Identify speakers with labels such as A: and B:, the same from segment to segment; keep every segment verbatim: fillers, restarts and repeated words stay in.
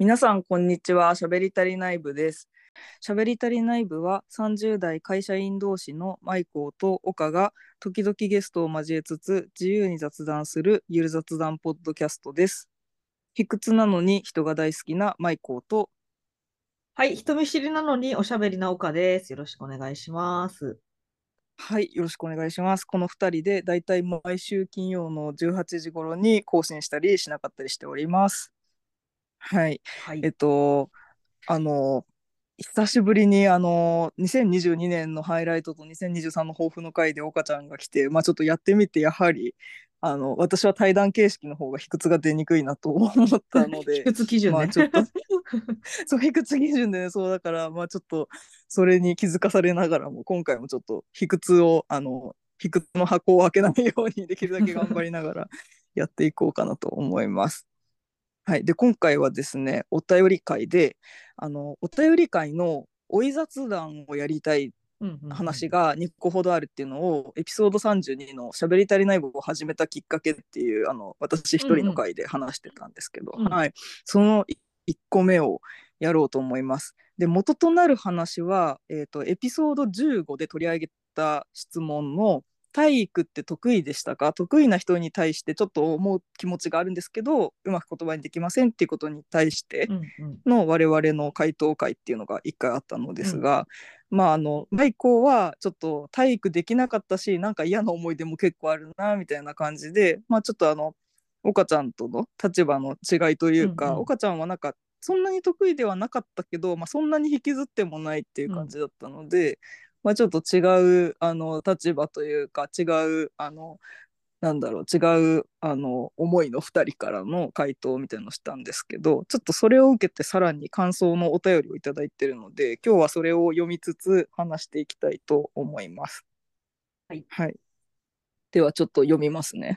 A: 皆さん、こんにちは。しゃべりたり内部です。しゃべりたり内部はさんじゅう代会社員同士のマイコーとオカが時々ゲストを交えつつ自由に雑談するゆる雑談ポッドキャストです。卑屈なのに人が大好きなマイコーと、
B: はい、人見知りなのにおしゃべりな岡です。よろしくお願いします。
A: はい、よろしくお願いします。このふたりでだいたい毎週金曜のじゅうはちじ頃に更新したりしなかったりしております。はい。
B: はい。
A: えっと、あの、久しぶりにあのにせんにじゅうにねんのハイライトとにせんにじゅうさんの抱負の回で岡ちゃんが来て、まあ、ちょっとやってみてやはりあの私は対談形式の方が卑屈が出にくいなと思ったので、
B: 卑屈基準ね。
A: まあちょっとそう卑屈基準で、ね、そうだからまあちょっとそれに気づかされながらも今回もちょっと卑屈をあの卑屈の箱を開けないようにできるだけ頑張りながらやっていこうかなと思います。はい、で今回はですねお便り会で、あのお便り会の追い雑談をやりたい
B: うんうんうん。
A: 話がにこほどあるっていうのをエピソードさんじゅうにのしゃべり足りない部を始めたきっかけっていう、あの私一人の
B: うんうん
A: 回で話してたんですけど、
B: うん。
A: はい、そのいっこめをやろうと思います。で元となる話は、えーと、エピソードじゅうごで取り上げた質問の体育って得意でしたか、得意な人に対してちょっと思う気持ちがあるんですけどうまく言葉にできませんっていうことに対して
B: うんうん
A: の我々の回答会っていうのがいっかいあったので
B: うん。
A: すが、まああの大光はちょっと体育できなかったしなんか嫌な思い出も結構あるなみたいな感じで、まあちょっとあの岡ちゃんとの立場の違いというか、
B: うんうん
A: 岡ちゃんはなんかそんなに得意ではなかったけど、まあ、そんなに引きずってもないっていう
B: うん。
A: 感じだったので、まあ、ちょっと違うあの立場というか違うあのなんだろう違うあの思いのふたりからの回答みたいなのをしたんですけど、ちょっとそれを受けてさらに感想のお便りをいただいているので今日はそれを読みつつ話していきたいと思います。
B: はい。
A: はい、ではちょっと読みますね。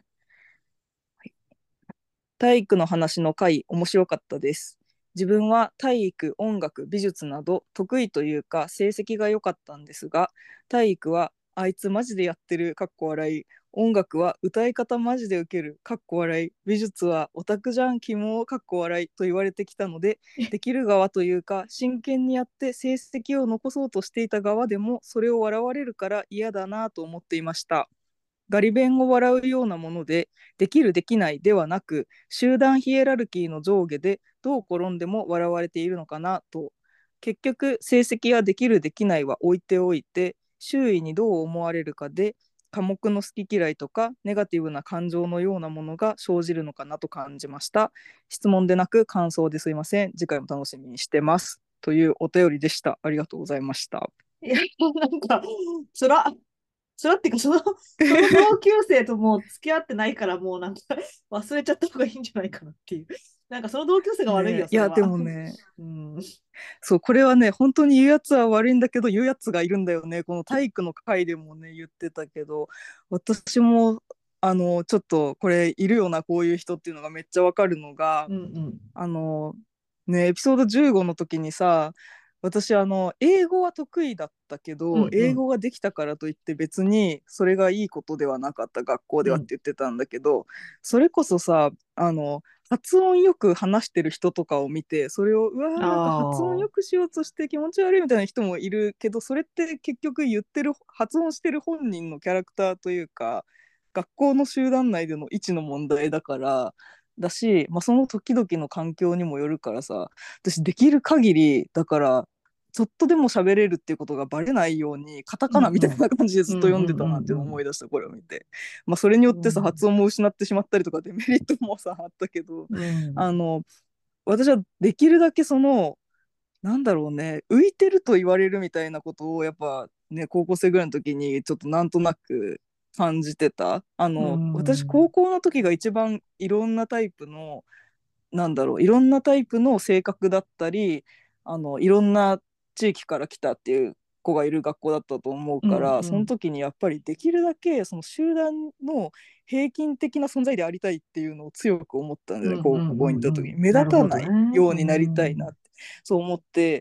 A: 体育の話の回面白かったです。自分は体育、音楽、美術など得意というか成績が良かったんですが、体育はあいつマジでやってるかっこ笑い、音楽は歌い方マジでウケるかっこ笑い、美術はオタクじゃんキモかっこ笑いと言われてきたので、できる側というか真剣にやって成績を残そうとしていた側でもそれを笑われるから嫌だなと思っていました。ガリ弁を笑うようなもので、できるできないではなく、集団ヒエラルキーの上下でどう転んでも笑われているのかなと。結局、成績やできるできないは置いておいて、周囲にどう思われるかで、科目の好き嫌いとかネガティブな感情のようなものが生じるのかなと感じました。質問でなく感想ですいません。次回も楽しみにしてます。というお便りでした。ありがとうございました。
B: いや、なんか、つら、つらっていうか、その、その同級生ともう付き合ってないから、もうなんか忘れちゃった方がいいんじゃないかなっていう。なんかその同級生が悪いよ、
A: ね、いや、で
B: それは。
A: もね、
B: うん。
A: そう、これはね、本当に言うやつは悪いんだけど、言うやつがいるんだよね。この体育の回でもね、言ってたけど、私も、あの、ちょっと、これ、いるよな、こういう人っていうのがめっちゃわかるのが、
B: うんうん。
A: あの、ね、エピソードじゅうごの時にさ、私、あの、英語は得意だったけど、英
B: うんうん。
A: 語ができたからといって別にそれがいいことではなかった、学校ではって
B: うん。
A: 言ってたんだけど、それこそさ、あの、発音よく話してる人とかを見て、それを、うわー、
B: あ
A: なんか発音よく
B: あ。
A: しようとして気持ち悪いみたいな人もいるけど、それって結局言ってる、発音してる本人のキャラクターというか、学校の集団内での位置の問題だから、だし、まあ、その時々の環境にもよるからさ、私できる限りだからちょっとでも喋れるっていうことがバレないようにカタ
B: うん
A: カナみたい
B: うん。
A: な感じで
B: う
A: ずっと読んで
B: んうんう
A: たなっていうのを
B: んうん。
A: 思い出した、これを見て。まあ、それによってさ
B: うん。
A: 発音も失ってしまったりとかデメリットもさあったけど、
B: うん。
A: あの私はできるだけそのなんだろうね、浮いてると言われるみたいなことをやっぱね高校生ぐらいの時にちょっとなんとなく感じてた。あ
B: う
A: の私高
B: ん。
A: 校の時が一番いろんなタイプのなんだろういろんなタイプの性格だったり、あのいろんな地域から来たっていう子がいる学校だったと思う
B: う
A: から、その
B: んうん。
A: 時にやっぱりできるだけその集団の平均的な存在でありたいっていうのを強く思ったん
B: うん
A: で、ね、高
B: うんう
A: 校に行った時に
B: んうん。
A: 目立たな
B: なるほどね。
A: いよう
B: う
A: になりたいなっ
B: ん。
A: てそう思って、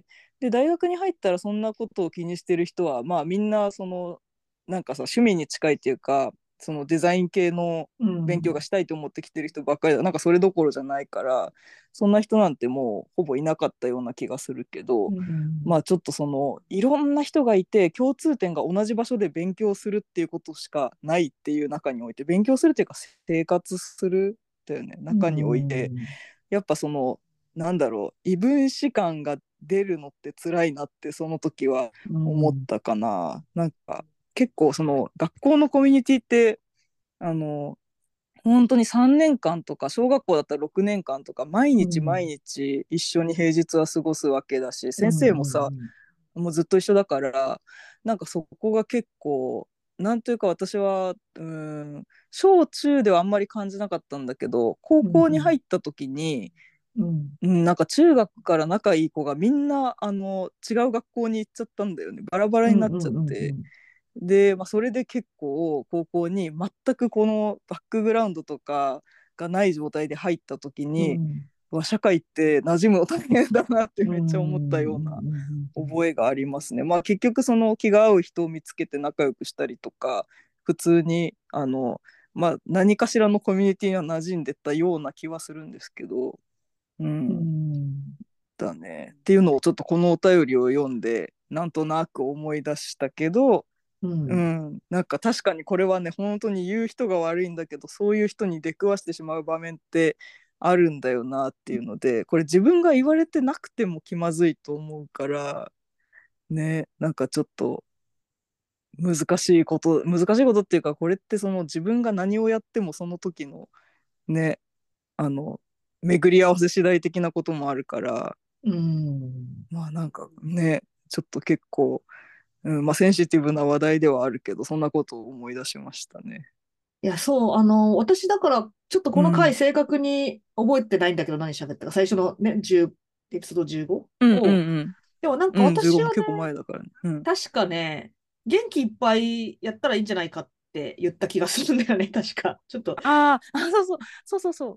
A: で大学に入ったらそんなことを気にしてる人はまあみんなそのなんかさ趣味に近いっていうかそのデザイン系の
B: う
A: 勉強
B: ん。
A: がしたいと思ってきてる人ばっかりだ。なんかそれどころじゃないから、そんな人なんてもうほぼいなかったような気がするけ
B: う
A: ど、ま
B: ん。
A: あちょっとそのいろんな人がいて共通点が同じ場所で勉強するっていうことしかないっていう中において、勉強するっていうか生活するだよね、
B: う
A: 中において、
B: ん。
A: やっぱそのなんだろう、異分子感が出るのって辛いなってその時は
B: うん。
A: 思ったかな。なんか結構その学校のコミュニティってあの本当にさんねんかんとか、小学校だったらろくねんかんとか毎
B: うん。
A: 日毎日一緒に平日は過ごすわけだし、先
B: うん。
A: 生もさ
B: うん。
A: もうずっと一緒だから、なんかそこが結構なんというか、私はうん小中ではあんまり感じなかったんだけど、高
B: うん。
A: 校に入った時に
B: うん。
A: うん、なんか中学から仲いい子がみんなあの違う学校に行っちゃったんだよね。バラバラ
B: うん。
A: になっちゃっ
B: うん。う
A: て。
B: ん。
A: で、まあ、それで結構高校に全くこのバックグラウンドとかがない状態で入った時に、
B: うん。
A: うわ社会って馴染むの大変だなって
B: う
A: めっちゃ思ったような
B: ん。
A: 覚えがありますね。まあ結局その気が合う人を見つけて仲良くしたりとか、普通にあの、まあ、何かしらのコミュニティには馴染んでたような気はするんですけど、う
B: う
A: ん、
B: ん。
A: だね。っていうのをちょっとこのお便りを読んでなんとなく思い出したけど、
B: うん。
A: うん、なんか確かにこれはね本当に言う人が悪いんだけど、そういう人に出くわしてしまう場面ってあるんだよなっていうので、これ自分が言われてなくても気まずいと思うからね、なんかちょっと難しいこと難しいことっていうか、これってその自分が何をやってもその時のね、あの巡り合わせ次第的なこともあるから、
B: うん。
A: まあなんかね、ちょっと結構、うん、まあセンシティブな話題ではあるけど、そんなことを思い出しましたね。
B: いや、そう、あの、私だから、ちょっとこの回
A: うん、
B: 正確に覚えてないんだけど、何喋ったか、最初のね、じゅう、エピソードじゅうご
A: うんう
B: を。
A: ん
B: でもなん
A: うん。うん、15
B: か私はね、
A: も結構前だからね。うん。
B: 確かね、元気いっぱいやったらいいんじゃないかって言った気がするんだよね、確か。ちょっと、
A: あーあ、そうそう、そうそうそう。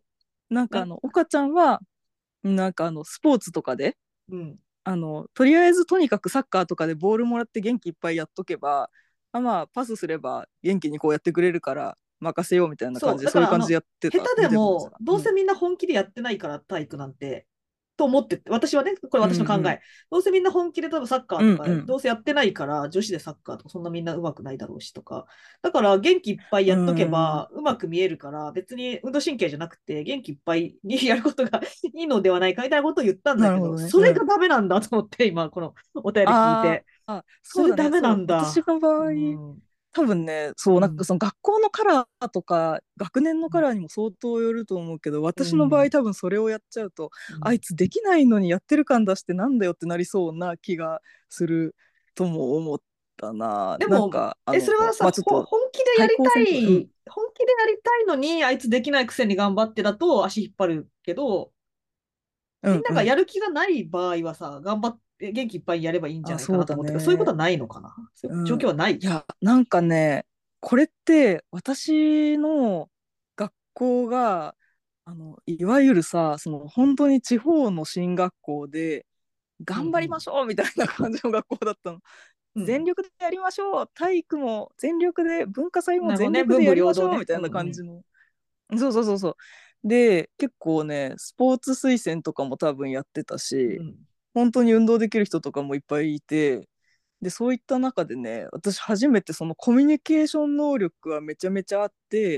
A: なんか
B: な、
A: あの、岡ちゃんは、なんかあの、スポーツとかで、
B: うん、
A: あの、とりあえずとにかくサッカーとかでボールもらって元気いっぱいやっとけば、あ、まあ、パスすれば元気にこうやってくれるから任せようみたいな感
B: そう、
A: じで、
B: だから、あの、
A: そういう感じでやってた、
B: 下手で
A: 見てたんです
B: も、
A: が。うん。
B: どうせみんな本気でやってないから、体育なんて、と思ってて、私はね、これ
A: うんうん。
B: 私の考え。どうせみんな本気で多分サッカーとか、
A: うんうん。
B: どうせやってないから、女子でサッカーとかそんなみんな上手くないだろうしとか。だから元気いっぱい
A: う
B: やっとけ
A: ん。
B: ば、うまく見えるから、別に運動神経じゃなくて、元気いっぱいにやることがいいのではないかみたいなことを言ったんだけど、
A: なるほどね。
B: それ
A: うん。
B: がダメなんだと思って、今、このお便り聞いて。
A: ああ、そうだね。
B: それダメな
A: そう。
B: んだ。
A: 私の場合、
B: うん。
A: 多分ね、そう、なんか
B: うん。
A: その学校のカラーとか、学年のカラーにも相当よると思うけど、私の場合
B: うん。
A: 多分それをやっちゃうと、
B: うん。
A: あいつできないのにやってる感出してなんだよってなりそうな気がするとも思ったな。なん
B: でも、え、そ
A: か、あの、
B: れはさ、ほ
A: まあちょっと、
B: 本気でや
A: 対
B: りた
A: 抗戦とか、うん、
B: い、本気でやりたいのに、あいつできないくせに頑張ってだと足引っ張るけど、みん
A: うん、うん。
B: ながやる気がない場合はさ、頑張って元気いっぱいやればいいんじゃ
A: あ、
B: ないか
A: そうだ
B: なと思ったけど、そういうこと
A: ね。
B: はないのかな、そういう状
A: うん。
B: 況はない。
A: いや、なんかね、これって私の学校が、あの、いわゆるさ、その本当に地方の進学校で、頑張りま
B: うん
A: しょうみたいな感じの学校だったの。
B: うん。
A: 全力でやりましょう、体育も全力で、文化祭
B: うん。なるほどね。
A: も全力で
B: 文武
A: やりまし
B: 両道ね。
A: ょうみたいな
B: うんうん。
A: 感じの。そうそうそうそう。で、結構ね、スポーツ推薦とかも多分やってたし、
B: うん。
A: 本当に運動できる人とかもいっぱいいて、でそういった中でね、私初めてそのコミュニケーション能力はめちゃめちゃあって、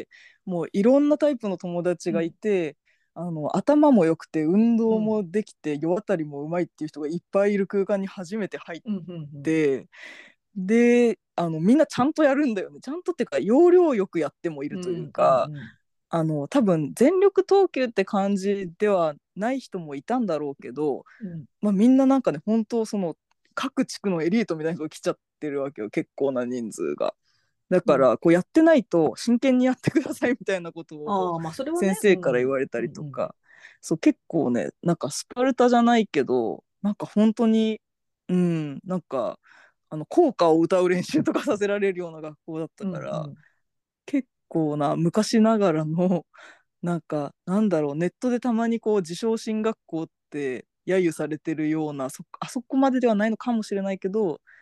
A: もういろんなタイプの友達がい
B: うん。
A: て、あの頭も良くて運動
B: うん。
A: もできて世渡りもうまいっていう人がいっぱいいる空間に初めて入っ
B: うん。うん。
A: て、であのみんなちゃんとやるんだよね。ちゃんとっていうか要領よくやってもいるという
B: うん。うん。
A: か、
B: うん。
A: あの多分全力投球って感じではない人もいたんだろうけど、
B: うん。
A: まあ、みんななんかね本当その各地区のエリートみたいな人が来ちゃってるわけよ、結構な人数が。だ
B: うん。
A: からこうやってないと真剣にやってくださいみたいなことを
B: ああ、まあ、それはね。
A: 先生から
B: うん。
A: 言われた
B: うん。うん。
A: りとか、そう結構ねなんかスパルタじゃないけど、なんか本当に、うんなんかあの効果を歌う練習とかさせられるような学校だった
B: うん。
A: から、
B: うん。
A: 結構な昔ながらのなんかなんだろう、ネットでたまにこう自称進学校って揶揄されてるような、そあそこまでではないのかもしれないけど、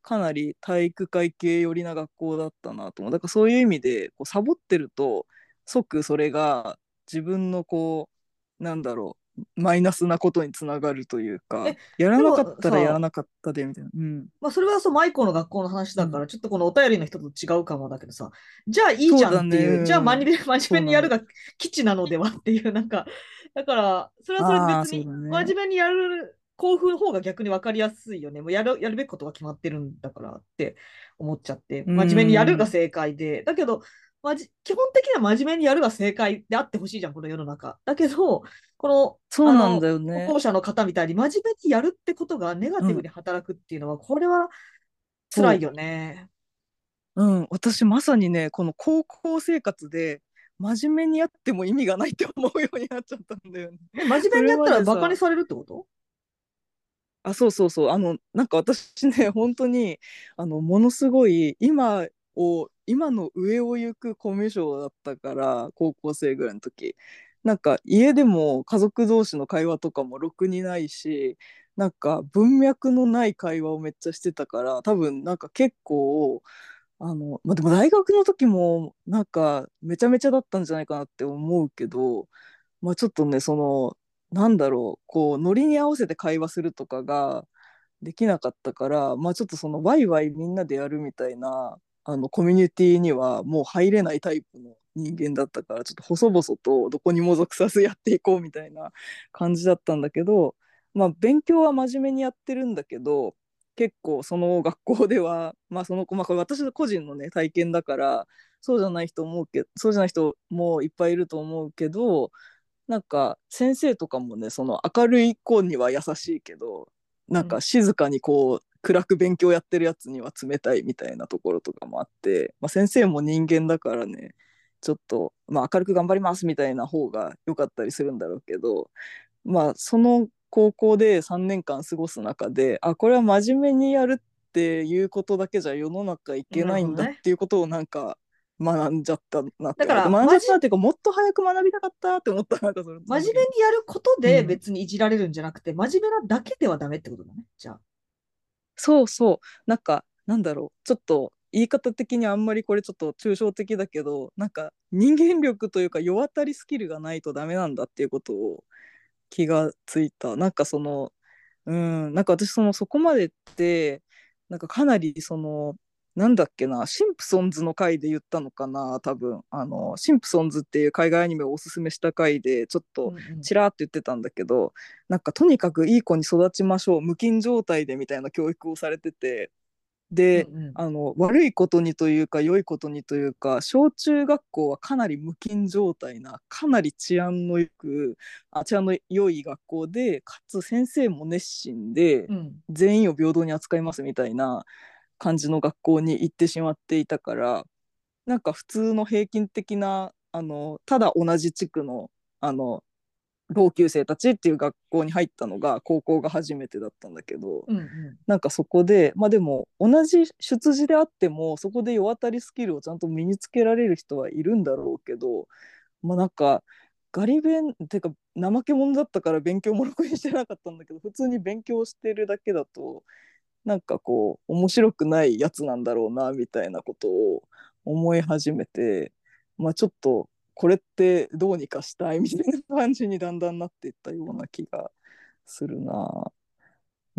A: かなり体育会系寄りな学校だったなと思う。だからそういう意味でこうサボってると即それが自分のこうなんだろうマイナスなことにつながるという
B: え、
A: か、やら
B: で
A: なかっ
B: もさ、
A: たらやらなかったでみたいな。うん。
B: まあ、それはそう、マイコの学校の話
A: うん、
B: だから、ちょっとこのお便りの人と違うかもだけどさ、じゃあいいじゃん
A: そうだね。
B: っていう、じゃあ
A: うん。
B: 真面目真
A: そうなんだ。
B: 面目にやるが基地なのではっていう、なんか、だから、それはそれで
A: ああ、
B: 別に
A: そうだね。
B: 真面目にやる校風の方が逆に分かりやすいよね。もうやる、やるべきことが決まってるんだからって思っちゃって、
A: う
B: 真面目にやるが
A: ん。
B: 正解で、だけど、まじ、基本的には真面目にやるが正解であってほしいじゃん、この世の中。だけど、この、
A: そうなんだ
B: あの、
A: よね。
B: 歩行者の方みたいに真面目にやるってことがネガ
A: うん。
B: ティブに働くっていうのは、これは辛い
A: そ
B: よね。
A: う。うん。私まさにね、この高校生活で真面目にやっても意味がないって思うようになっちゃったんだよね。
B: え、真面
A: それ
B: 目にやったら
A: までさ、
B: バカにされるってこと？
A: あ、そうそうそう。あの、なんか私ね、本当に、あの、ものすごい、今を、今の上を行くコミュ障だったから、高校生ぐらいの時。なんか、家でも家族同士の会話とかもろくにないし、なんか、文脈のない会話をめっちゃしてたから、多分、なんか結構、あの、まあ、でも大学の時も、なんか、めちゃめちゃだったんじゃないかなって思うけど、まあちょっとね、その、なんだろう、こう、ノリに合わせて会話するとかができなかったから、まあちょっとその、ワイワイみんなでやるみたいな、あの、コミュニティにはもう入れないタイプの人間だったから、ちょっと細々とどこにも属さずやっていこうみたいな感じだったんだけど、まあ勉強は真面目にやってるんだけど、結構その学校では、まあその、まあこれ私の個人のね、体験だから、そうじゃない人思うけど、そうじゃない人もいっぱいいると思うけど、なんか先生とかもね、その明るい子には優しいけど、なんか
B: うん。
A: 静かにこう暗く勉強やってるやつには冷たいみたいなところとかもあって、まあ、先生も人間だからね、ちょっと、まあ、明るく頑張りますみたいな方が良かったりするんだろうけど、まあその高校でさんねんかん過ごす中で、あ、これは真面目にやるっていうことだけじゃ世の中いけ
B: な
A: ないんだっ
B: るほどね。
A: ていうことをなんか学んじゃったなって思って、
B: だから、
A: 学んじゃ
B: まじ、
A: ったなっていうか、もっと早く学びたかったって思った、なんかそのそ
B: 真面
A: の時に。
B: 目にやることで
A: うん、
B: 別にいじられるんじゃなくて、真面目なだけではダメってことだね。じゃあ。
A: そうそう、なんかなんだろう、ちょっと言い方的にあんまりこれちょっと抽象的だけど、なんか人間力というか世渡りスキルがないとダメなんだっていうことを気がついた。なんかその、うん、なんか私そのそこまでってなんかかなりそのなんだっけな、シンプソンズの回で言ったのかな、多分あのシンプソンズっていう海外アニメをおすすめした回でちょっと
B: うんうん。
A: ちらっと言ってたんだけど、なんかとにかくいい子に育ちましょう、無菌状態でみたいな教育をされてて、で、
B: うんうん。
A: あの悪いことにというか良いことにというか、小中学校はかなり無菌状態な、かなり治安のよくあ治安の良い学校で、かつ先生も熱心で
B: うん。
A: 全員を平等に扱いますみたいな感じの学校に行ってしまっていたから、なんか普通の平均的な、あのただ同じ地区のあの同級生たちっていう学校に入ったのが高校が初めてだったんだけど、
B: うんうん。
A: なんかそこで、まあでも同じ出自であってもそこで世渡りスキルをちゃんと身につけられる人はいるんだろうけど、まあなんかガリ勉っていうか怠け者だったから勉強もろくにしてなかったんだけど、普通に勉強してるだけだとなんかこう面白くないやつなんだろうなみたいなことを思い始めて、まあちょっとこれってどうにかしたいみたいな感じにだんだんなっていったような気がするな。うん、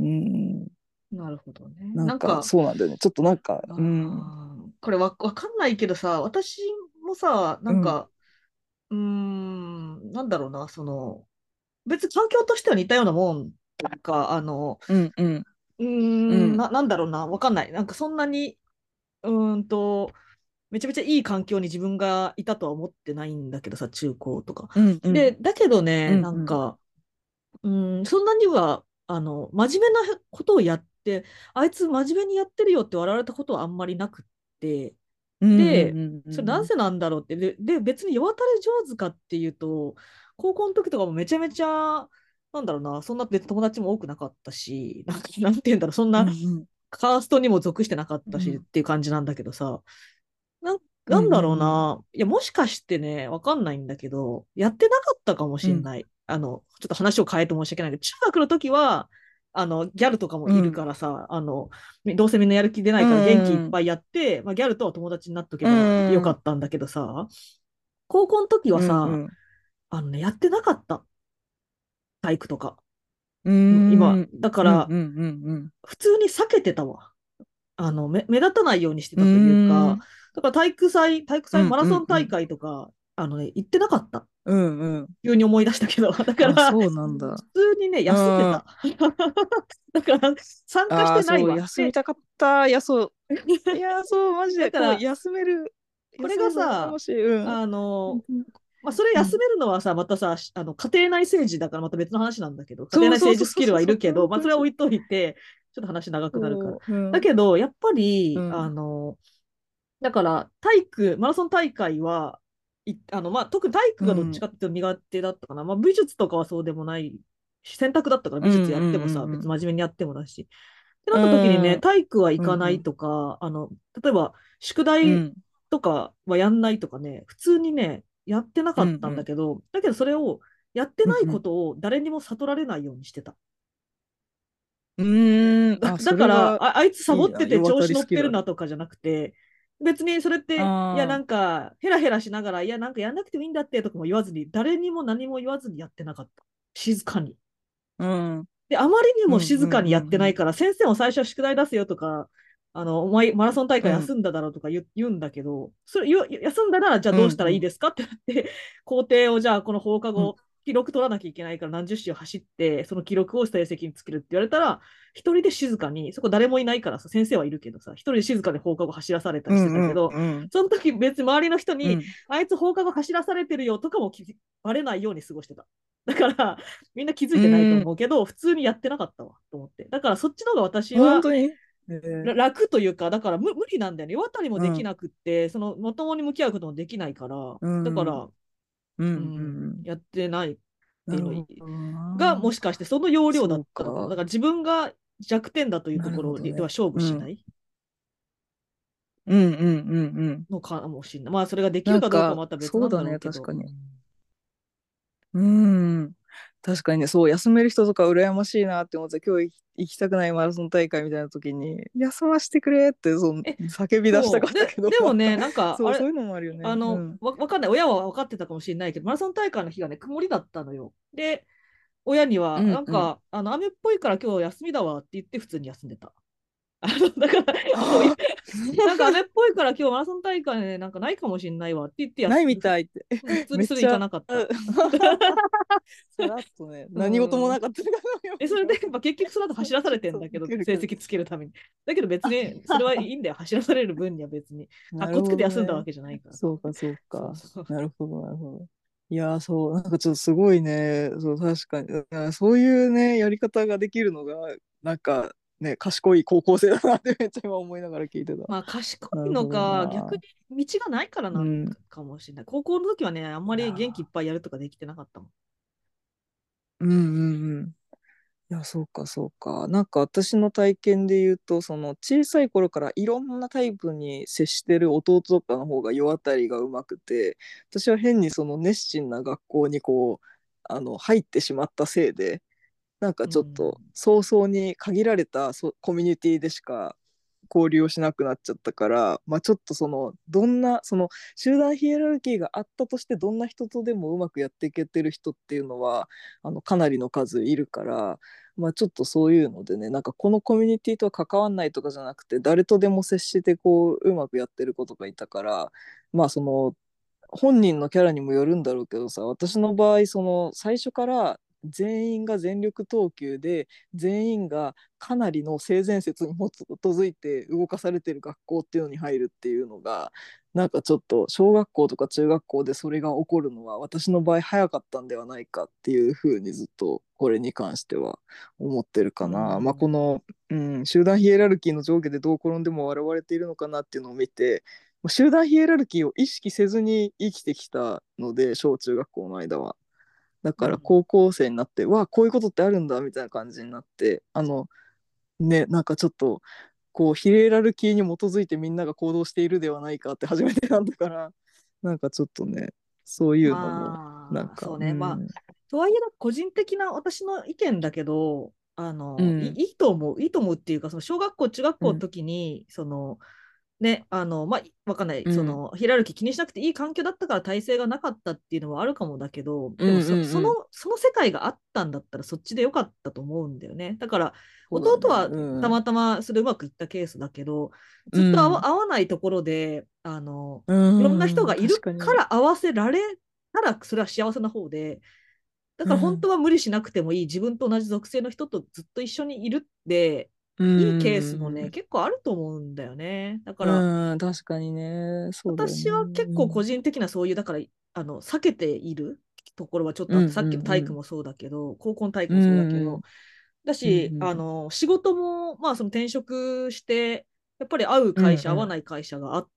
B: なるほどね。
A: なんか
B: なんか、
A: そうなんだよね、ちょっとなんか、うん、
B: あーこれわ、わかんないけどさ、私もさ、な
A: うん、
B: んか、うーん、なんだろうな、その、別に環境としては似たようなもんというか、あの、
A: うん、うん、
B: うーん、
A: うん、
B: な、なんだろうな、わかんない。なんかそんなに、うーんと、めちゃめちゃいい環境に自分がいたとは思ってないんだけどさ、中高とか。
A: うん、うん、
B: で、だけどね、
A: うん、
B: な
A: うん、
B: んか、うーん、そんなには、あの、真面目なことをやって、あいつ真面目にやってるよって笑われたことはあんまりなくって、
A: うん、うん、
B: で、
A: うん、うん、
B: それなぜなんだろうって、で、で別に世渡り上手かっていうと、高校の時とかもめちゃめちゃ、なんだろうな、そんな別に友達も多くなかったし、なんか、なんて言うんだろう、そんな
A: うん、
B: カーストにも属してなかったしっ
A: うん、
B: ていう感じなんだけどさ、なん、
A: うん、
B: なんだろう
A: うん、
B: な。いや、もしかしてね、わかんないんだけど、やってなかったかも
A: うん、
B: しれない。あの、ちょっと話を変えて申し訳ないけど、中学の時は、 あのギャルとかもいるか
A: うん。
B: らさ、あのどうせみんなやる気出な
A: う
B: いから元気いっ
A: ん。
B: ぱいやって、まあ、ギャルとは友達になっとけ
A: う
B: ばよか
A: ん。
B: ったんだけどさ、高校の時は
A: うん。う
B: さ、
A: ん。
B: あのね、やってなかった、体育とか。
A: うー
B: 今、
A: ん。
B: だか
A: うん。
B: ら、
A: うん。うん。
B: 普通に避けてたわ。あの、目、目立たないようにして
A: う
B: たというか、
A: ん。
B: だから体育祭、体育祭、
A: うん。
B: マラソン大
A: うん。
B: 会とか、あのね、行ってなかった。
A: うん。うん。
B: 急に思い出したけど、だか
A: あ、
B: ら、
A: そうなんだ。
B: 普通にね、
A: うん。
B: 休んでた。だから、参加し
A: ああ、そう、
B: てないわ。で、
A: 休みたかった。いや、そう。いや、そう、マジで、こう、
B: だから、
A: 休める、
B: これが
A: 休むの羨
B: さ、
A: ましい。うん。
B: あ
A: うん。
B: の、まあ、それ
A: うん。
B: 休めるのはさ、またさ、あの家庭内政治だからまた別の話なんだけど、家庭内
A: そうそう
B: 政治スキル
A: そうそうそう、
B: はいるけど、まあ、
A: 本当にそう。
B: それは置いといて、ちょっと話長くなるから。
A: そう、うん。
B: だけど、やっぱり、あ
A: うん。
B: の、だから、体育、マラソン大会は、いあの、まあ、特に体育がどっち
A: うん。
B: かっていうと苦手だったかな。まあ、美術とかはそうでもないし、選択だったから美術
A: うん。う
B: やってもさ、
A: ん。うん。
B: 別に真面目にやってもだし。ってな
A: う
B: った時にね、
A: ん。
B: 体育は行
A: うん。
B: かない
A: うん。
B: とか、あの、例えば、宿題
A: うん。
B: とかはやんないとかね、普通にね、やってなか
A: うん。
B: ったん
A: うん。
B: だけど、だけどそれを、やってないこ
A: うん。
B: とを誰にも悟られないようにしてた。
A: うん。
B: だ、
A: あ、
B: だから、
A: それが
B: あ、あいつサボ
A: いいな。
B: ってて
A: 世渡
B: 調子乗ってる
A: りスキルある。
B: なとかじゃなくて、別にそれって、いや、
A: あ
B: なんか、ヘラヘラしながら、いや、なんかやんなくてもいいんだってとかも言わずに、誰にも何も言わずにやってなかった。静かに。
A: あ。うん。
B: で、あまりに
A: うん。
B: も
A: うん。
B: 静かにやって
A: うん。
B: ないから、先生も最初は宿題出すよとか、あの、お前、マラソン大会
A: うん。
B: 休んだだろうとか言う言うんだけど、それ、よ休んだら、じゃあ
A: うん。
B: どうしたらいい
A: うん。
B: ですかってなって、工程をじゃあこの放課
A: うん。
B: 後、記録取らなきゃいけないから何十周走って、その記録を成績につけるって言われたら、一人で静かに、そこ誰もいないからさ、先生はいるけどさ、一人で静かに放課後走らされたりしてた
A: うん。
B: けど、
A: うん。
B: その時別に周りの人に、
A: うん。
B: あいつ放課後走らされてるよとかもバレないように過ごしてた。だから、みんな気づ
A: う
B: いてないと
A: ん。
B: 思うけど、普通にやってなかったわと思って。だからそっちの方が私は
A: 本当に。えー、
B: 楽というか、だから無無理なんだよね。世渡りも
A: うん。
B: できなくって、そのまともに向き合うこともできないから、
A: うん。
B: だから、
A: うん。う
B: うん、
A: ん。
B: やってないっていうの
A: なるほど
B: が、も
A: な。
B: しかしてその要領だ
A: そう
B: ったのかな。だ
A: か。
B: から自分が弱点だというと
A: なる
B: ころでは
A: ほどね。
B: 勝負
A: うん。
B: しない
A: うん。うん。うん。うん。
B: のかもしれない。まあ、それができるかどうかは
A: なんか、
B: また別なん
A: そうだね。
B: だろうけど。
A: 確かに。うん。確かにね、そう、休める人とか羨ましいなって思って、今日行き行きたくないマラソン大会みたいな時に、休ませてくれって、その
B: え、
A: 叫び出したか
B: そう。で、
A: ったけど、また、
B: でもね、なんか、
A: そう、そう
B: あれ、
A: いうのもあるよね。
B: あの、
A: うん。
B: わ、わかんない。親は分かってたかもしれないけど、マラソン大会の日がね、曇りだったのよ。で、親には、な
A: うん。うん。
B: んか、あの、雨っぽいから今日休みだわって言って普通に休んでた。あの、だから、もうい、
A: ああ。
B: なんか雨っぽいから今日マラソン大会ねなんかないかもしれないわって言ってやす、
A: ないみたいって。
B: 普通にそれ行か
A: めっちゃ、
B: なかった。
A: さらっとね、
B: う
A: 何事もな
B: ん。
A: かったかのよ
B: え、
A: うに
B: それで、まあ、結局その後走らされてん
A: ちょっとウ
B: だけど、
A: ケるけど。
B: 成績つけるために。だけど別に、それはいいんだよ。走らされる分には別に。かっ
A: なる
B: こつけて
A: ほどね。
B: 休んだわけじゃないからさ。
A: そうか、そうか。
B: そうそう。
A: なるほど、なるほど。いやー、そう、なんかちょっとすごいね、そう、確かに。だからそういうね、やり方ができるのが、なんかね、賢い高校生だなってめっちゃ今思いながら聞いてた。
B: まあ、賢い
A: なるほど
B: のか、逆
A: な。
B: に道がないからなん
A: うん。
B: かもしれない。高校の時はね、あんま
A: いや
B: り元気いっ
A: ー、
B: ぱいやるとかできてなかったもん。
A: うんうんうん。いや、そうか、そうか。なんか私の体験で言うと、その小さい頃からいろんなタイプに接してる弟とかの方が世渡りがうまくて、私は変にその熱心な学校にこう、あの、入ってしまったせいで、なんか
B: う
A: ちょっと
B: ん。
A: 早々に限られたそコミュニティでしか交流をしなくなっちゃったから、まあ、ちょっとそのどんなその集団ヒエラルキーがあったとしてどんな人とでもうまくやっていけてる人っていうのはあのかなりの数いるから、まあ、ちょっとそういうのでね、なんかこのコミュニティとは関わんないとかじゃなくて誰とでも接してこううまくやってる子とかいたから、まあその本人のキャラにもよるんだろうけどさ、私の場合その最初から全員が全力投球で全員がかなりの性善説に基づいて動かされてる学校っていうのに入るっていうのがなんかちょっと小学校とか中学校でそれが起こるのは私の場合早かったんではないかっていうふうにずっとこれに関しては思ってる
B: う
A: かな。まあこ
B: ん。
A: の、うん、集団ヒエラルキーの上下でどう転んでも笑われているのかなっていうのを見て、集団ヒエラルキーを意識せずに生きてきたので小中学校の間は。だから
B: うん。
A: 高校生になってわあこういうことってあるんだみたいな感じになって、あのね、なんかちょっとこうヒエラルキーに基づいてみんなが行動しているではないかって初めてなんだから、なんかちょっとね、そういうのもなん
B: まあ、
A: か、
B: そうね。まあ、
A: うん、
B: とはいえ、個人的な私の意見だけど、 あ
A: う
B: の、い
A: ん
B: いいと思う、いいと思うっていうか、その小学校、中学校の
A: うん
B: 時に、その、ね、あの、まあ、わかんない、
A: うん
B: その、ヒエラルキー気にしなくていい環境だったから体制がなかったっていうのはあるかもだけど、
A: うん
B: でもそ、その、
A: うん
B: その世界があったんだったらそっちでよかったと思うんだよね。だから、
A: そうだね。
B: 弟は
A: うん
B: たまたまそれうまくいったケースだけど、ずっと合わ、
A: うん
B: 合わないところで、あの、
A: う
B: いろんな人
A: ん
B: がいる
A: 確かに。
B: から合わせられたら、それは幸せな方で、だから本当
A: うん
B: は無理しなくてもいい、自分と同じ属性の人とずっと一緒にいるって、
A: う
B: いいケースもね、
A: ん
B: 結構あると思うんだよね。だから、
A: うん確かにね。そうだよ
B: 私は結構個
A: ね。
B: 人的なそういう、だから、あの、避けているところはちょっとあって、
A: うん
B: さっきの体
A: うん
B: 育もそうだけど、高校の体育
A: う
B: もそうだけど、
A: ん
B: だ
A: うん
B: し、
A: うん
B: あの、仕事も、まあ、その転職して、やっぱり合う
A: うん
B: 会社、合わない会社があって、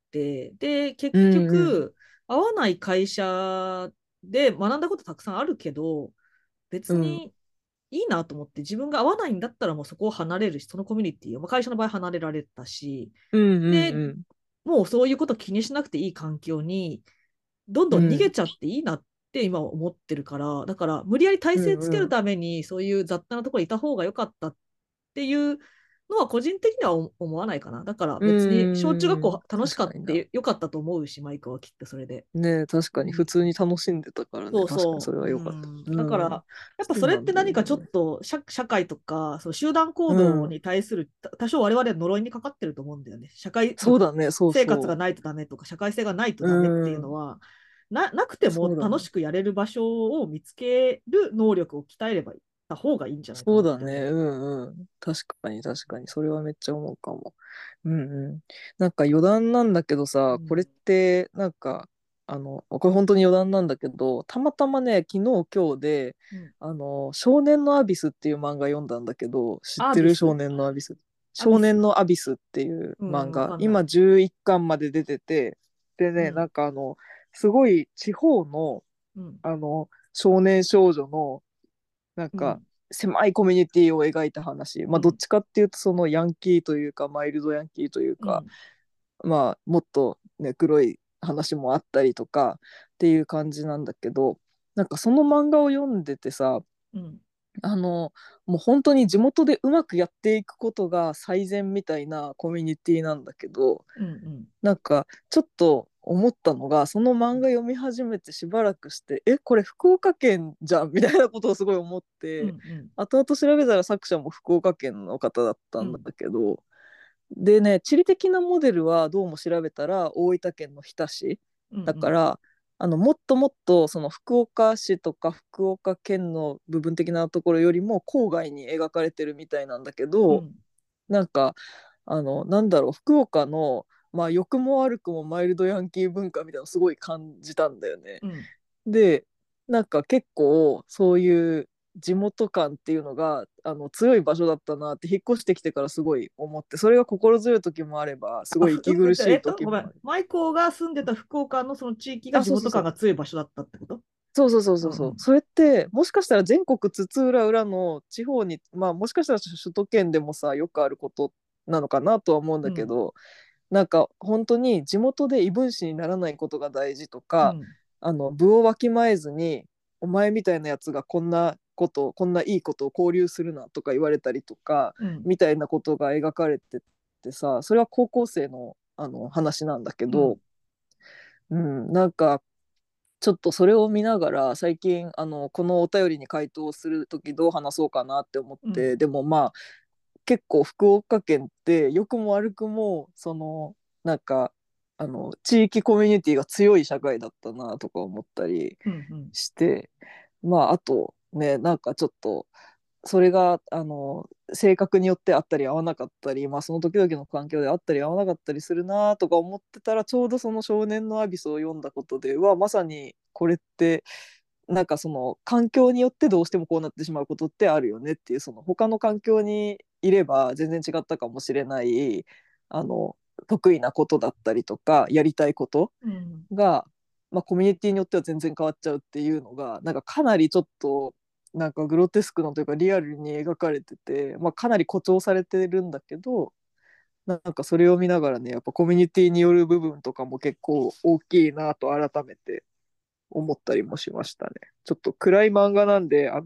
B: で、結
A: うんうん
B: 局、合わない会社で学んだことたくさんあるけど、別
A: うん
B: にいいなと思って、自分が合わないんだったらもうそこを離れるし、そのコミュニティを、まあ、会社の場合離れられたし、
A: うんうん
B: で、
A: うん
B: もうそういうこと気にしなくていい環境にどんどん逃げ
A: うん
B: ちゃっていいなって今思ってるから、だから無理やり体
A: う
B: 制つける
A: ん
B: ためにそういう雑多なところにいた方が良かったっていうのは個人的には思わないかな。だから
A: う
B: 別に小中学
A: ん
B: 校楽しかっ
A: 確かにな。
B: た良かったと思うし、マイクはきっとそれで。
A: ねえ確かに普
B: うん、
A: 通に楽しんでたからね。
B: そう
A: 確かにそ
B: そう。う
A: れは良かった。
B: ん、だから、
A: うん
B: やっぱそれっ
A: そうなん
B: て何かちょっ
A: だよね。
B: と社社会とか、その集団行動
A: うん
B: に対するた多少我々は呪いにかかってると思うんだよね。社会
A: そうだね。そう
B: 生活が
A: そ
B: ないとダメとか、社会性がないと
A: う。
B: ダメっていうの
A: うん
B: は、ななくても
A: そうだね。
B: 楽しくやれる場所を見つける能力を鍛えればいった方がいいんじゃないか
A: そうだね。
B: なって思う。
A: うんうん。確かに確かに。それはめっちゃ思うかも。うんうん。なんか余談なんだけどさ、これっ
B: うん。
A: てなんか、あの、これ本当に余談なんだけど、たまたまね、昨日今日で、
B: うん、
A: あの、少年のアビスっていう漫画読んだんだけど、知ってる少
B: アービス
A: 年のアビス。
B: アビス
A: 少年のアビスっていう
B: うん、わ
A: 漫画、今
B: かんない。
A: じゅういっかんまで出てて、でね、な
B: うん。
A: んかあの、すごい地方の、
B: うん。
A: あの、少年少女のなんか
B: うん。
A: 狭いコミュニティを描いた話、まあ、どっ
B: うん。
A: ちかっていうとそのヤンキーというかマイルドヤンキーというか、
B: うん。
A: まあ、もっと、ね、黒い話もあったりとかっていう感じなんだけど、なんかその漫画を読んでてさ、
B: うん。
A: あのもう本当に地元でうまくやっていくことが最善みたいなコミュニティなんだけど、
B: うん。
A: なんかちょっと思ったのが、その漫画読み始めてしばらくしてえこれ福岡県じゃんみたいなことをすごい思っ
B: うん。う
A: て、
B: ん。
A: 後々調べたら作者も福岡県の方だったんだ
B: うん。
A: けど、でね地理的なモデルはどうも調べたら大分県の日田市
B: うん。うん。
A: だから、あのもっともっとその福岡市とか福岡県の部分的なところよりも郊外に描かれてるみたいなんだけど、
B: うん。
A: なんかあのなんだろう福岡のまあ良くも悪くもマイルドヤンキー文化みたいなのすごい感じたんだよね。
B: うん。
A: でなんか結構そういう地元感っていうのがあの強い場所だったなって引っ越してきてからすごい思って、それが心強い時もあればす
B: あ、
A: ごい
B: ふうん
A: 息苦しい
B: えっと、ごめん。
A: 時もある。
B: マイコーが住んでた福岡のその地域が
A: あ
B: 地元感
A: そうそうそう
B: が強い場所だったってこと？
A: そうそうそう
B: うんうん。
A: そうそうそれってもしかしたら全国津々浦々の地方にまあもしかしたら首都圏でもさよくあることなのかなとは思うん
B: うん。
A: だけど、なんか本当に地元で異分子にならないことが大事とか、
B: うん。
A: あの部をわきまえずにお前みたいなやつがこんなことこんないいことを交流するなとか言われたりとか
B: うん。
A: みたいなことが描かれててさ、それは高校生のあの話なんだけど、
B: うん。
A: うん、なんかちょっとそれを見ながら最近あのこのお便りに回答する時どう話そうかなって思っ
B: うん。
A: て、でもまあ結構福岡県って良くも悪くもそのなんかあの地域コミュニティが強い社会だったなとか思ったり
B: うん。うん。
A: して、まああとねなんかちょっとそれがあの性格によってあったり合わなかったり、まあ、その時々の環境であったり合わなかったりするなとか思ってたら、ちょうどその「少年のアビス」を読んだことではまさにこれってなんかその環境によってどうしてもこうなってしまうことってあるよねっていう、その他の環境にいれば全然違ったかもしれないあの得意なことだったりとかやりたいこと
B: うん。
A: が、まあ、コミュニティによっては全然変わっちゃうっていうのがなんかかなりちょっとなんかグロテスクなというかリアルに描かれてて、まあ、かなり誇張されてるんだけど、なんかそれを見ながらねやっぱコミュニティによる部分とかも結構大きいなと改めて思ったりもしましたね。ちょっと暗い漫画なんであの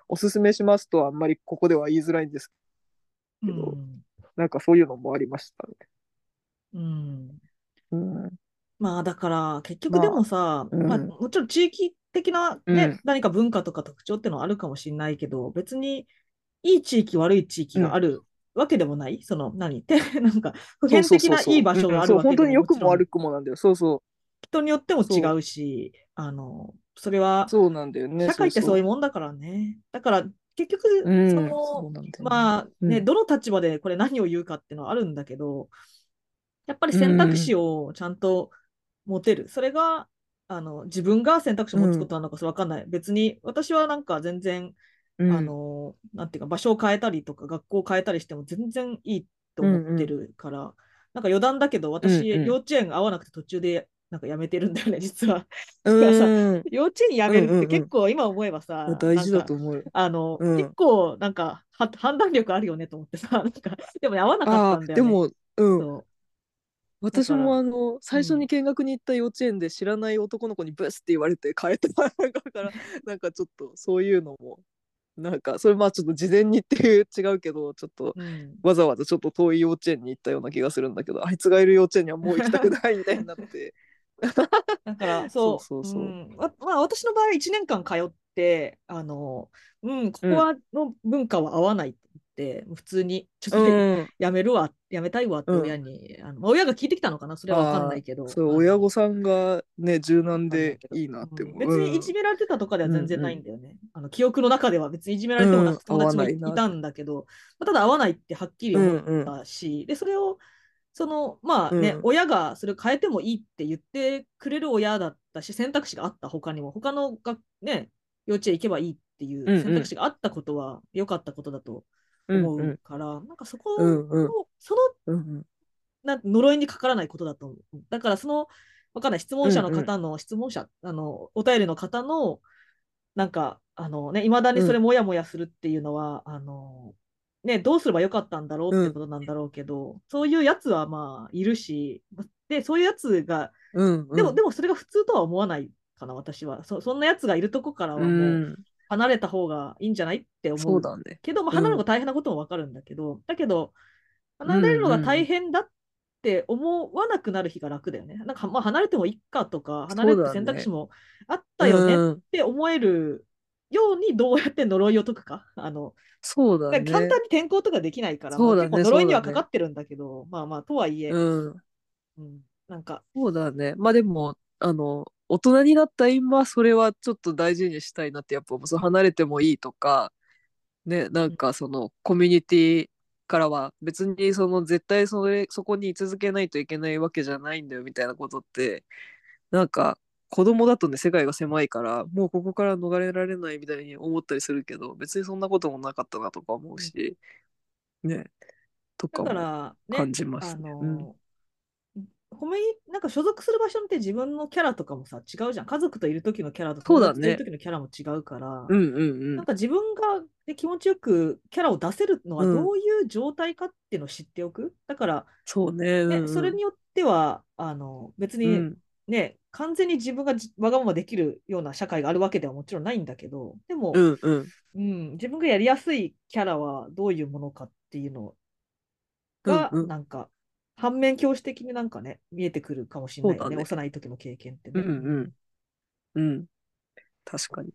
A: おすすめしますとはあんまりここでは言いづらいんです
B: う
A: けど、
B: ん。
A: なんかそういうのもありましたね。
B: うん。
A: うん、
B: まあだから結局で
A: まあ、
B: もさ、
A: う
B: まあ、
A: ん、
B: もちろん地域的なね、
A: うん、
B: 何か文化とか特徴っていうのはあるかもしれないけど、別にいい地域悪い地域
A: うん。
B: があるわけでもない。その何ってなんか普
A: そうそう
B: 遍的
A: そうそ
B: ないい場
A: う。うん、そう、
B: 所があるわけで
A: 本当に良くも
B: ももちろん
A: 悪くもなんだよ。そうそう。
B: 人によっても違
A: そう。
B: うし、あの、それは
A: そうなんだよね。
B: 社会ってそういう
A: そうそ
B: もんだからね。だから結
A: う。
B: 局、そ
A: うん、そ
B: の、
A: うなんだよね。
B: まあね、
A: うん。
B: どの立場でこれ何を言うかっていうのはあるんだけど、やっぱり
A: う
B: 選択肢
A: ん、
B: をちゃんと持てる。それが、あの、自分が選択肢を
A: うん、
B: 持つことなのかそれわかんない。別に、私はなんか全然、あ
A: うん、
B: の、なんていうか、場所を変えたりとか、学校を変えたりしても全然いいと
A: うん、
B: 思って
A: うん、
B: るから、なんか余談だけど、
A: うん、
B: 私、
A: うん。
B: 幼稚園合わなくて途中でなんかやめてるんだよね、実は。
A: う
B: だからさ、
A: ーん、
B: 幼稚園辞
A: うん、
B: めるって
A: うん、うん。
B: 結構今思えば
A: いや、
B: さ、
A: 大事だ
B: なんか、
A: と思うよ。
B: あの、結
A: うん。
B: 構なんかは判断力あるよねと思ってさ、なんか、でも合わなかっ
A: ああ、
B: たんだよね。
A: でも、うん。
B: そう。だ
A: 私
B: から、
A: もあの、最初に
B: うん。
A: 見学に行った幼稚園で知らない男の子にブスって言われて変えたから、なんかちょっとそういうのも、なんか、それまあちょっと事前にっていう違うけど、ちょっと
B: うん。
A: わざわざちょっと遠い幼稚園に行ったような気がするんだけど、あいつがいる幼稚園にはもう行きたくないみたいになって。
B: だから、
A: そう
B: そう、う
A: そうそ
B: ん、わまあ、私の場合、いちねんかん通って、あの、うん、こ
A: う。うん。
B: こはの文化は合わないって言って、普通に、ちょっ
A: う
B: と
A: ん。
B: やめるわ、やめたいわって
A: うん。
B: 親に、あの、まあ親が聞いてきたのかな、それはわかんな
A: ああ、
B: いけど、
A: そう、
B: あの、
A: 親御さんがね、柔
B: わ
A: 軟
B: かんないけど、
A: でいいなって
B: うん、
A: 思う。
B: 別にい
A: うん。
B: じめられてたとかでは
A: うん
B: 全然
A: うん。
B: ないんだよね。あの記憶の中では別にいじめられてもな
A: うん。
B: く友
A: 合わ
B: 達もい、
A: ないなって。
B: いたんだけど、まあ、ただ合わないってはっきり思っ
A: うんうん。
B: たし、で、それを、その、まあね、
A: うん。
B: 親がそれを変えてもいいって言ってくれる親だったし、選択肢があった他にも、他のが、ね、幼稚園行けばいいっていう選択
A: うんうん。
B: 肢があったことは良かったことだと思
A: うんうん。
B: うから、なんかそこ
A: うんうん。
B: の、その
A: うんうん。
B: な呪いにかからないことだと思う。だからその、わかんない、質問者の
A: うんうん。
B: 方の、質問者、あの、お便りの方の、なんか、あのね、いまだに
A: うん。
B: それもやもやするっていうのは、あの、ね、どうすればよかったんだろうって
A: うん
B: ことなんだろうけど、そういうやつはまあ、いるし、で、そういうやつが、でも、
A: うんうん。
B: でもそれが普通とは思わないかな、私は。そ、そんなやつがいるとこから
A: う
B: はもう、
A: ん。
B: 離れた方がいいんじゃないって思う
A: そうだね。
B: けど、まあ、
A: うん。
B: 離れるのが大変なこともわかるんだけど、だけど、
A: う
B: 離れるのが
A: んうんうん。
B: 大変だって思わなくなる日が楽だよね。なんか、まあ、離れてもいいかとか、離れ
A: そう
B: るって選択肢
A: だね。
B: もあったよねっ
A: うん。
B: て思えるようにどうやって呪いを解くか。あの、
A: そうだ
B: だから簡単
A: ね。
B: に転校とかできないから、まあ、結構
A: そうだね。
B: 呪いにはかか
A: そうだね。
B: ってるんだけど、まあまあ、とはい
A: う
B: え、
A: ん。
B: うん、なんか、
A: そうだね。まあでも、あの、大人になった今、それはちょっと大事にしたいなって、やっぱ、そう離れてもいいとか、ね、なんかそのコミュニティからは別にその絶対それ、そこに居続けないといけないわけじゃないんだよみたいなことって、なんか子供だとね、世界が狭いから、もうここから逃れられないみたいに思ったりするけど、別にそんなこともなかったなとか思う
B: うん
A: し、ね、と
B: だか
A: かも
B: らね、
A: 感じま
B: あ
A: すね。うん。
B: の褒め、なんか所属する場所って自分のキャラとかもさ、違うじゃん。家族といる時のキャラと友達といる
A: そうだね。
B: 時のキャラも違うから、
A: うんうんうん。
B: なんか自分がで気持ちよくキャラを出せるのは
A: うん。
B: どういう状態かっていうのを知っておく。だから、
A: そうね。う
B: ね、
A: んうん。
B: それによっては、あの、別に
A: うん。
B: ね、完全に自分がじわがままできるような社会があるわけではもちろんないんだけど、でも、
A: うんうん。
B: うん、自分がやりやすいキャラはどういうものかっていうのが、
A: うんうん。
B: なんか、反面教師的になんかね、見えてくるかもしれないよね。
A: そうだね。
B: 幼い時の経験って
A: うん
B: ね。うん、
A: うん。うん。確かに。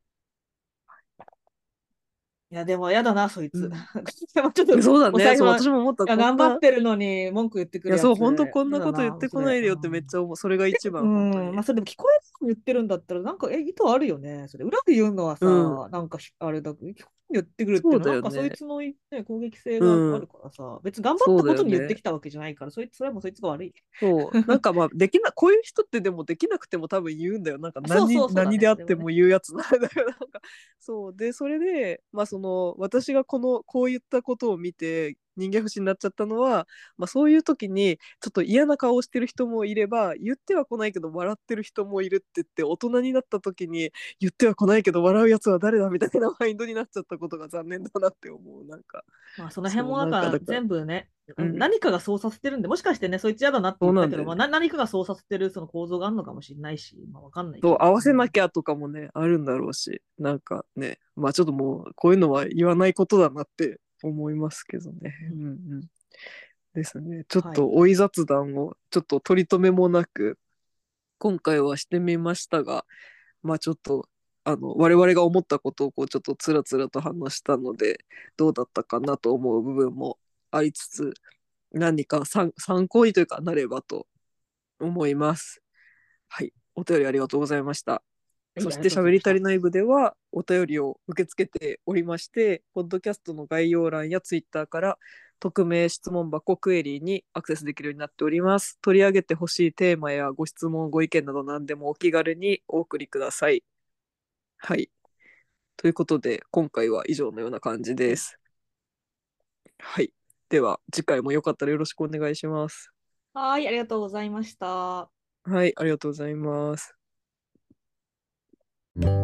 B: いや、でもやだな、そいつ。
A: うん。
B: でもちょっと、
A: そうだね。そう、
B: お財布は、
A: 私も思った。
B: いや
A: こんな、
B: 頑張ってるのに文句言ってく
A: いや、そう、
B: るやつ。
A: 本当こんなこと言っ
B: やだな、それ。
A: てこないでよってめっ
B: うん。
A: ちゃ思う。それが一番、
B: うん、まあ、
A: 本当に。
B: それでも聞こえるの言ってるんだったら、なんか、え、意図あるよね。それ、裏で言うのは
A: うん。
B: さ、なんかひ、あれだけど、聞こえるの言ってくるって
A: そう
B: いうのは、なんかそい
A: だよね。
B: つの、ね、攻撃性
A: う
B: がある
A: ん。
B: からさ、別に頑張っ
A: そう
B: た
A: だよね。
B: ことに言ってきたわけじゃないから、そいつ、それはもうそいつが悪い。
A: そう。なんかまあ、できな、こういう人ってでもできなくても多分言うんだよ。なんか何、
B: そうそうそうだね、
A: 何であっ
B: それはね。
A: ても言うやつなんだよ。なんか、そう。で、それで、まあその、私がこの、こういったことを見て、 人間不信になっちゃったのは、まあ、そういう時にちょっと嫌な顔をしてる人もいれば、言っては来ないけど笑ってる人もいるって言って、大人になった時に言っては来ないけど笑うやつは誰だみたいなマインドになっちゃったことが残念だなって思う。なんか
B: まあ、その辺
A: そう
B: もなんか
A: なんかだから、
B: 全部ね、
A: うん、
B: 何かがそうさせてるんで、もしかしてね、そいつ嫌だなって
A: そう
B: 言ったけど、まあ、
A: なんだよね。
B: な何かがそうさせてるその構造があるのかもしれないし、まあ、わかんないけど。
A: そう合わせなきゃとかもねあるんだろうし、なんかね、まあちょっともうこういうのは言わないことだなって思いますけどね。
B: うん、
A: うんうん。ですね。ちょっ
B: はい。
A: と追い雑談をちょっと取り留めもなく今回はしてみましたが、まあちょっとあの我々が思ったことをこうちょっとつらつらと話したので、どうだったかなと思う部分もありつつ、何か参参考にというかなればと思います。はい、お便りありがとうございました。
B: はい、ありが
A: そして喋
B: とうございました。
A: り足りない部ではお便りを受け付けておりまして、ポッドキャストの概要欄やツイッターから匿名質問箱クエリーにアクセスできるようになっております。取り上げてほしいテーマやご質問、ご意見など何でもお気軽にお送りください。はい。ということで、今回は以上のような感じ
B: はい。
A: です。はい。では、次回もよかったらよろしくお願いします。
B: はい、ありがとうございました。
A: はい、ありがとうございます。